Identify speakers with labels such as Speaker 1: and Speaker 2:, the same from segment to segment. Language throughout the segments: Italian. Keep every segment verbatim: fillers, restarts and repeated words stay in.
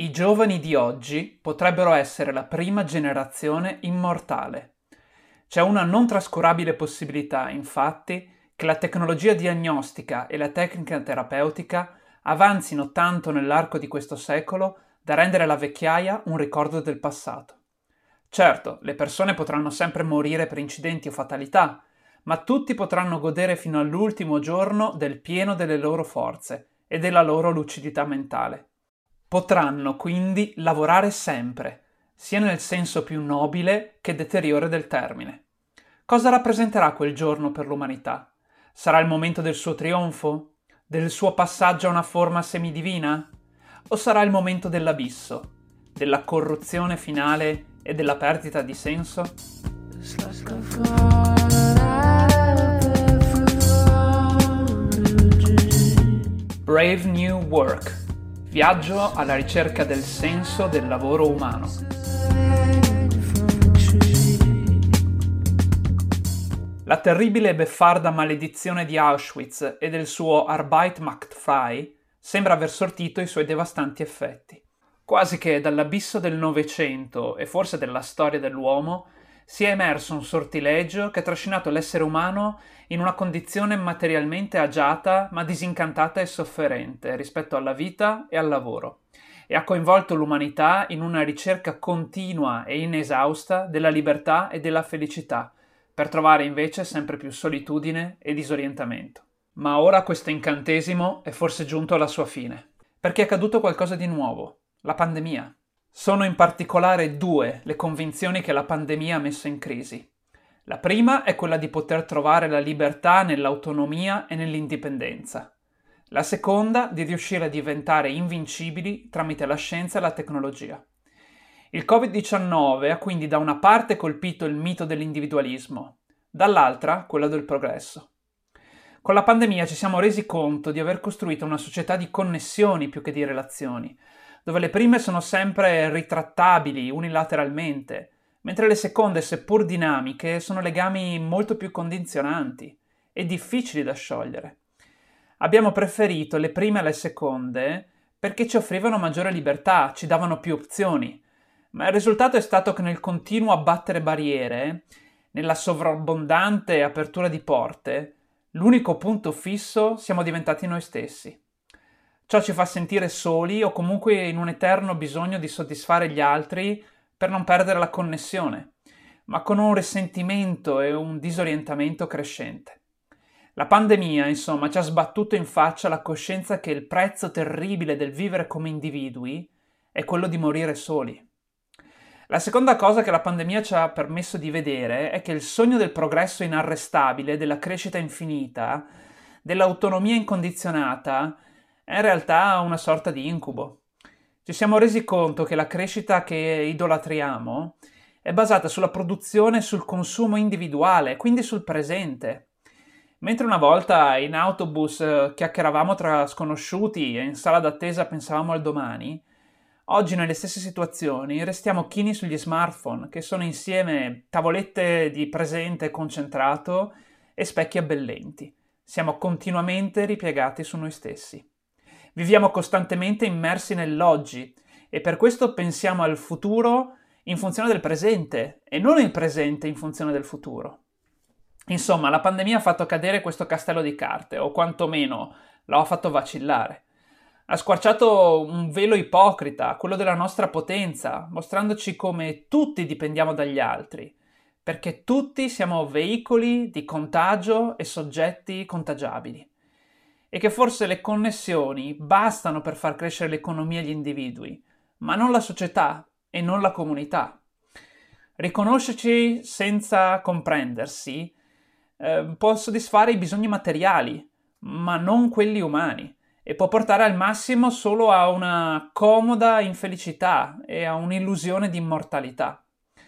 Speaker 1: I giovani di oggi potrebbero essere la prima generazione immortale. C'è una non trascurabile possibilità, infatti, che la tecnologia diagnostica e la tecnica terapeutica avanzino tanto nell'arco di questo secolo da rendere la vecchiaia un ricordo del passato. Certo, le persone potranno sempre morire per incidenti o fatalità, ma tutti potranno godere fino all'ultimo giorno del pieno delle loro forze e della loro lucidità mentale. Potranno quindi lavorare sempre, sia nel senso più nobile che deteriore del termine. Cosa rappresenterà quel giorno per l'umanità? Sarà il momento del suo trionfo? Del suo passaggio a una forma semidivina? O sarà il momento dell'abisso, della corruzione finale e della perdita di senso? Brave New Work. Viaggio alla ricerca del senso del lavoro umano. La terribile e beffarda maledizione di Auschwitz e del suo Arbeit macht frei sembra aver sortito i suoi devastanti effetti. Quasi che dall'abisso del Novecento e forse della storia dell'uomo sia emerso un sortilegio che ha trascinato l'essere umano in una condizione materialmente agiata ma disincantata e sofferente rispetto alla vita e al lavoro, e ha coinvolto l'umanità in una ricerca continua e inesausta della libertà e della felicità, per trovare invece sempre più solitudine e disorientamento. Ma ora questo incantesimo è forse giunto alla sua fine, perché è accaduto qualcosa di nuovo, la pandemia. Sono in particolare due le convinzioni che la pandemia ha messo in crisi. La prima è quella di poter trovare la libertà nell'autonomia e nell'indipendenza. La seconda di riuscire a diventare invincibili tramite la scienza e la tecnologia. Il covid diciannove ha quindi da una parte colpito il mito dell'individualismo, dall'altra quello del progresso. Con la pandemia ci siamo resi conto di aver costruito una società di connessioni più che di relazioni, dove le prime sono sempre ritrattabili unilateralmente, mentre le seconde, seppur dinamiche, sono legami molto più condizionanti e difficili da sciogliere. Abbiamo preferito le prime alle seconde perché ci offrivano maggiore libertà, ci davano più opzioni, ma il risultato è stato che nel continuo abbattere barriere, nella sovrabbondante apertura di porte, l'unico punto fisso siamo diventati noi stessi. Ciò ci fa sentire soli o comunque in un eterno bisogno di soddisfare gli altri per non perdere la connessione, ma con un risentimento e un disorientamento crescente. La pandemia, insomma, ci ha sbattuto in faccia la coscienza che il prezzo terribile del vivere come individui è quello di morire soli. La seconda cosa che la pandemia ci ha permesso di vedere è che il sogno del progresso inarrestabile, della crescita infinita, dell'autonomia incondizionata è in realtà una sorta di incubo. Ci siamo resi conto che la crescita che idolatriamo è basata sulla produzione e sul consumo individuale, quindi sul presente. Mentre una volta in autobus eh, chiacchieravamo tra sconosciuti e in sala d'attesa pensavamo al domani, oggi nelle stesse situazioni restiamo chini sugli smartphone, che sono insieme tavolette di presente concentrato e specchi abbellenti. Siamo continuamente ripiegati su noi stessi. Viviamo costantemente immersi nell'oggi e per questo pensiamo al futuro in funzione del presente e non il presente in funzione del futuro. Insomma, la pandemia ha fatto cadere questo castello di carte, o quantomeno lo ha fatto vacillare. Ha squarciato un velo ipocrita, quello della nostra potenza, mostrandoci come tutti dipendiamo dagli altri, perché tutti siamo veicoli di contagio e soggetti contagiabili. E che forse le connessioni bastano per far crescere l'economia e gli individui, ma non la società e non la comunità. Riconoscerci senza comprendersi eh, può soddisfare i bisogni materiali, ma non quelli umani, e può portare al massimo solo a una comoda infelicità e a un'illusione di immortalità.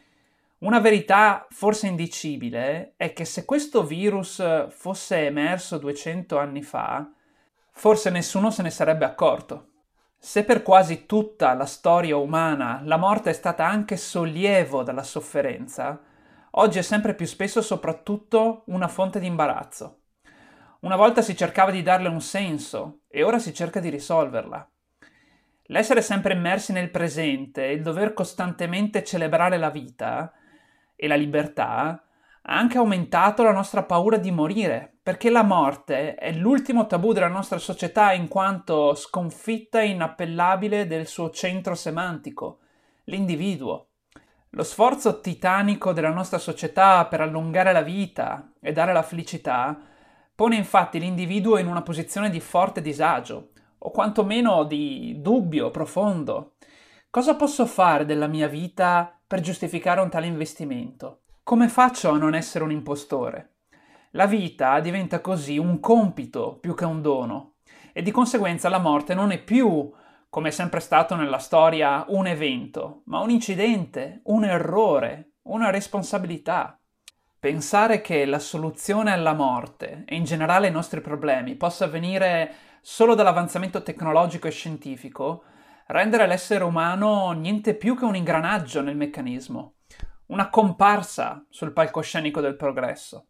Speaker 1: Una verità forse indicibile è che se questo virus fosse emerso duecento anni fa, forse nessuno se ne sarebbe accorto. Se per quasi tutta la storia umana la morte è stata anche sollievo dalla sofferenza, oggi è sempre più spesso soprattutto una fonte di imbarazzo. Una volta si cercava di darle un senso e ora si cerca di risolverla. L'essere sempre immersi nel presente, il dover costantemente celebrare la vita e la libertà, ha anche aumentato la nostra paura di morire, perché la morte è l'ultimo tabù della nostra società in quanto sconfitta inappellabile del suo centro semantico, l'individuo. Lo sforzo titanico della nostra società per allungare la vita e dare la felicità pone infatti l'individuo in una posizione di forte disagio, o quantomeno di dubbio profondo. Cosa posso fare della mia vita per giustificare un tale investimento? Come faccio a non essere un impostore? La vita diventa così un compito più che un dono, e di conseguenza la morte non è più, come è sempre stato nella storia, un evento, ma un incidente, un errore, una responsabilità. Pensare che la soluzione alla morte e in generale ai nostri problemi possa venire solo dall'avanzamento tecnologico e scientifico, rendere l'essere umano niente più che un ingranaggio nel meccanismo, una comparsa sul palcoscenico del progresso.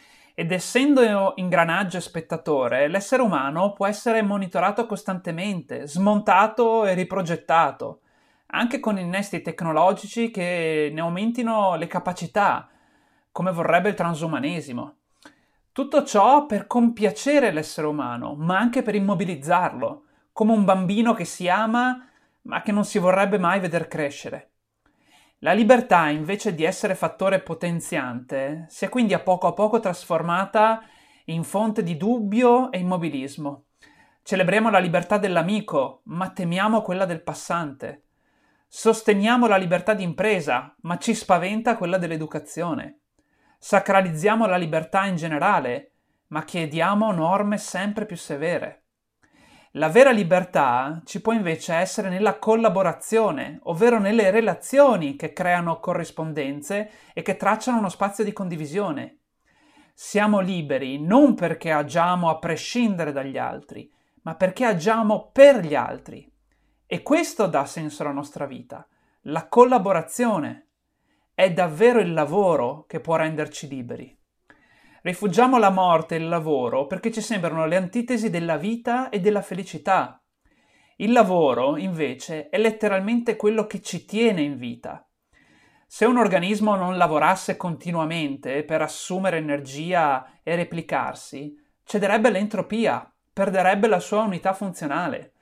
Speaker 1: Ed essendo ingranaggio e spettatore, l'essere umano può essere monitorato costantemente, smontato e riprogettato, anche con innesti tecnologici che ne aumentino le capacità, come vorrebbe il transumanesimo. Tutto ciò per compiacere l'essere umano, ma anche per immobilizzarlo, come un bambino che si ama ma che non si vorrebbe mai veder crescere. La libertà, invece di essere fattore potenziante, si è quindi a poco a poco trasformata in fonte di dubbio e immobilismo. Celebriamo la libertà dell'amico, ma temiamo quella del passante. Sosteniamo la libertà d'impresa, ma ci spaventa quella dell'educazione. Sacralizziamo la libertà in generale, ma chiediamo norme sempre più severe. La vera libertà ci può invece essere nella collaborazione, ovvero nelle relazioni che creano corrispondenze e che tracciano uno spazio di condivisione. Siamo liberi non perché agiamo a prescindere dagli altri, ma perché agiamo per gli altri. E questo dà senso alla nostra vita, la collaborazione. È davvero il lavoro che può renderci liberi. Rifuggiamo la morte e il lavoro perché ci sembrano le antitesi della vita e della felicità. Il lavoro, invece, è letteralmente quello che ci tiene in vita. Se un organismo non lavorasse continuamente per assumere energia e replicarsi, cederebbe l'entropia, perderebbe la sua unità funzionale,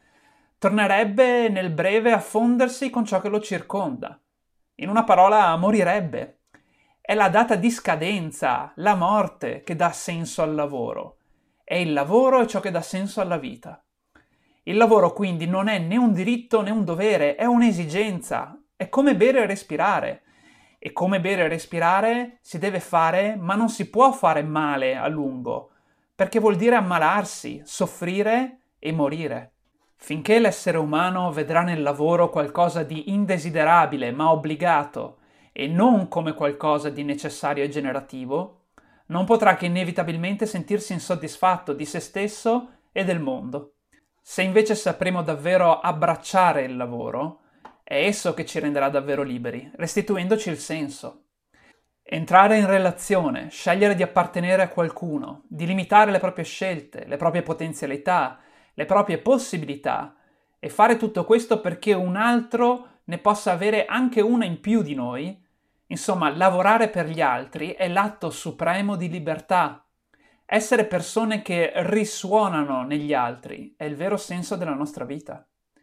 Speaker 1: tornerebbe nel breve a fondersi con ciò che lo circonda. In una parola, morirebbe. È la data di scadenza, la morte, che dà senso al lavoro. È il lavoro ciò che dà senso alla vita. Il lavoro quindi non è né un diritto né un dovere, è un'esigenza. È come bere e respirare. E come bere e respirare si deve fare, ma non si può fare male a lungo, perché vuol dire ammalarsi, soffrire e morire. Finché l'essere umano vedrà nel lavoro qualcosa di indesiderabile ma obbligato, e non come qualcosa di necessario e generativo, non potrà che inevitabilmente sentirsi insoddisfatto di se stesso e del mondo. Se invece sapremo davvero abbracciare il lavoro, è esso che ci renderà davvero liberi, restituendoci il senso. Entrare in relazione, scegliere di appartenere a qualcuno, di limitare le proprie scelte, le proprie potenzialità, le proprie possibilità, e fare tutto questo perché un altro ne possa avere anche una in più di noi. Insomma, lavorare per gli altri è l'atto supremo di libertà. Essere persone che risuonano negli altri è il vero senso della nostra vita.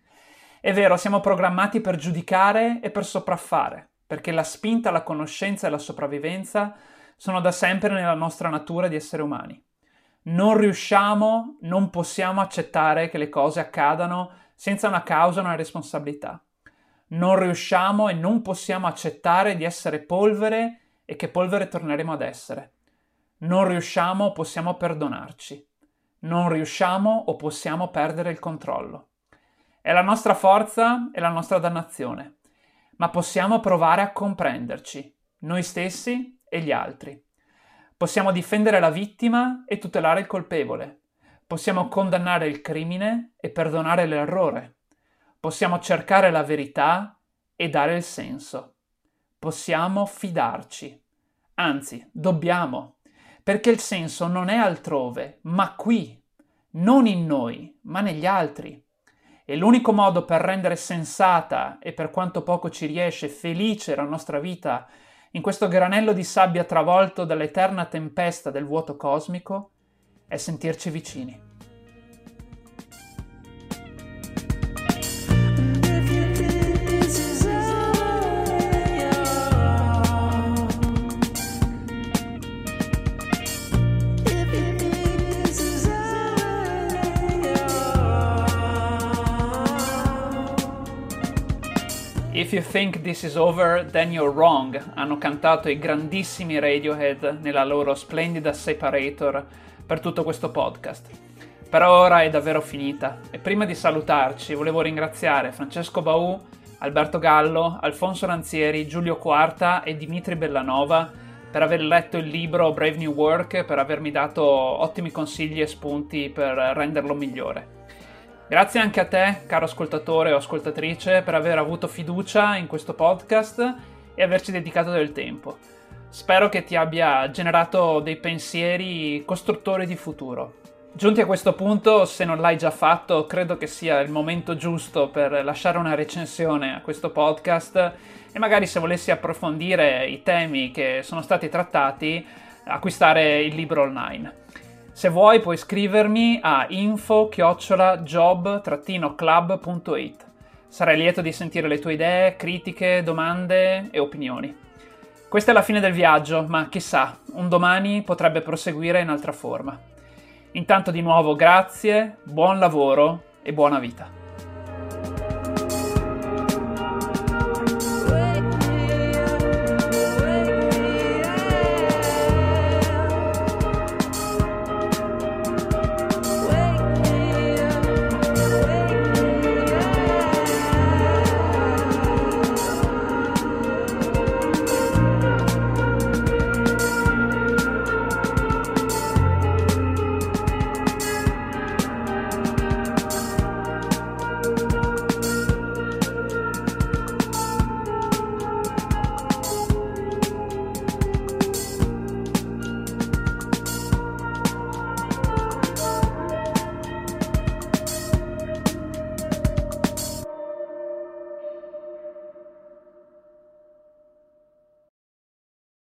Speaker 1: È vero, siamo programmati per giudicare e per sopraffare, perché la spinta alla conoscenza e alla sopravvivenza sono da sempre nella nostra natura di esseri umani. Non riusciamo, non possiamo accettare che le cose accadano senza una causa o una responsabilità. Non riusciamo e non possiamo accettare di essere polvere e che polvere torneremo ad essere. Non riusciamo o possiamo perdonarci. Non riusciamo o possiamo perdere il controllo. È la nostra forza e la nostra dannazione, ma possiamo provare a comprenderci, noi stessi e gli altri. Possiamo difendere la vittima e tutelare il colpevole. Possiamo condannare il crimine e perdonare l'errore. Possiamo cercare la verità e dare il senso. Possiamo fidarci. Anzi, dobbiamo, perché il senso non è altrove, ma qui, non in noi, ma negli altri. E l'unico modo per rendere sensata e per quanto poco ci riesce felice la nostra vita in questo granello di sabbia travolto dall'eterna tempesta del vuoto cosmico è sentirci vicini. If you think this is over, then you're wrong, hanno cantato i grandissimi Radiohead nella loro splendida Separator per tutto questo podcast. Per ora è davvero finita e prima di salutarci volevo ringraziare Francesco Baù, Alberto Gallo, Alfonso Lanzieri, Giulio Quarta e Dimitri Bellanova per aver letto il libro Brave New Work e per avermi dato ottimi consigli e spunti per renderlo migliore. Grazie anche a te, caro ascoltatore o ascoltatrice, per aver avuto fiducia in questo podcast e averci dedicato del tempo. Spero che ti abbia generato dei pensieri costruttori di futuro. Giunti a questo punto, se non l'hai già fatto, credo che sia il momento giusto per lasciare una recensione a questo podcast e magari se volessi approfondire i temi che sono stati trattati, acquistare il libro online. Se vuoi puoi scrivermi a info chiocciola job club punto it. Sarei lieto di sentire le tue idee, critiche, domande e opinioni. Questa è la fine del viaggio, ma chissà, un domani potrebbe proseguire in altra forma. Intanto di nuovo grazie, buon lavoro e buona vita.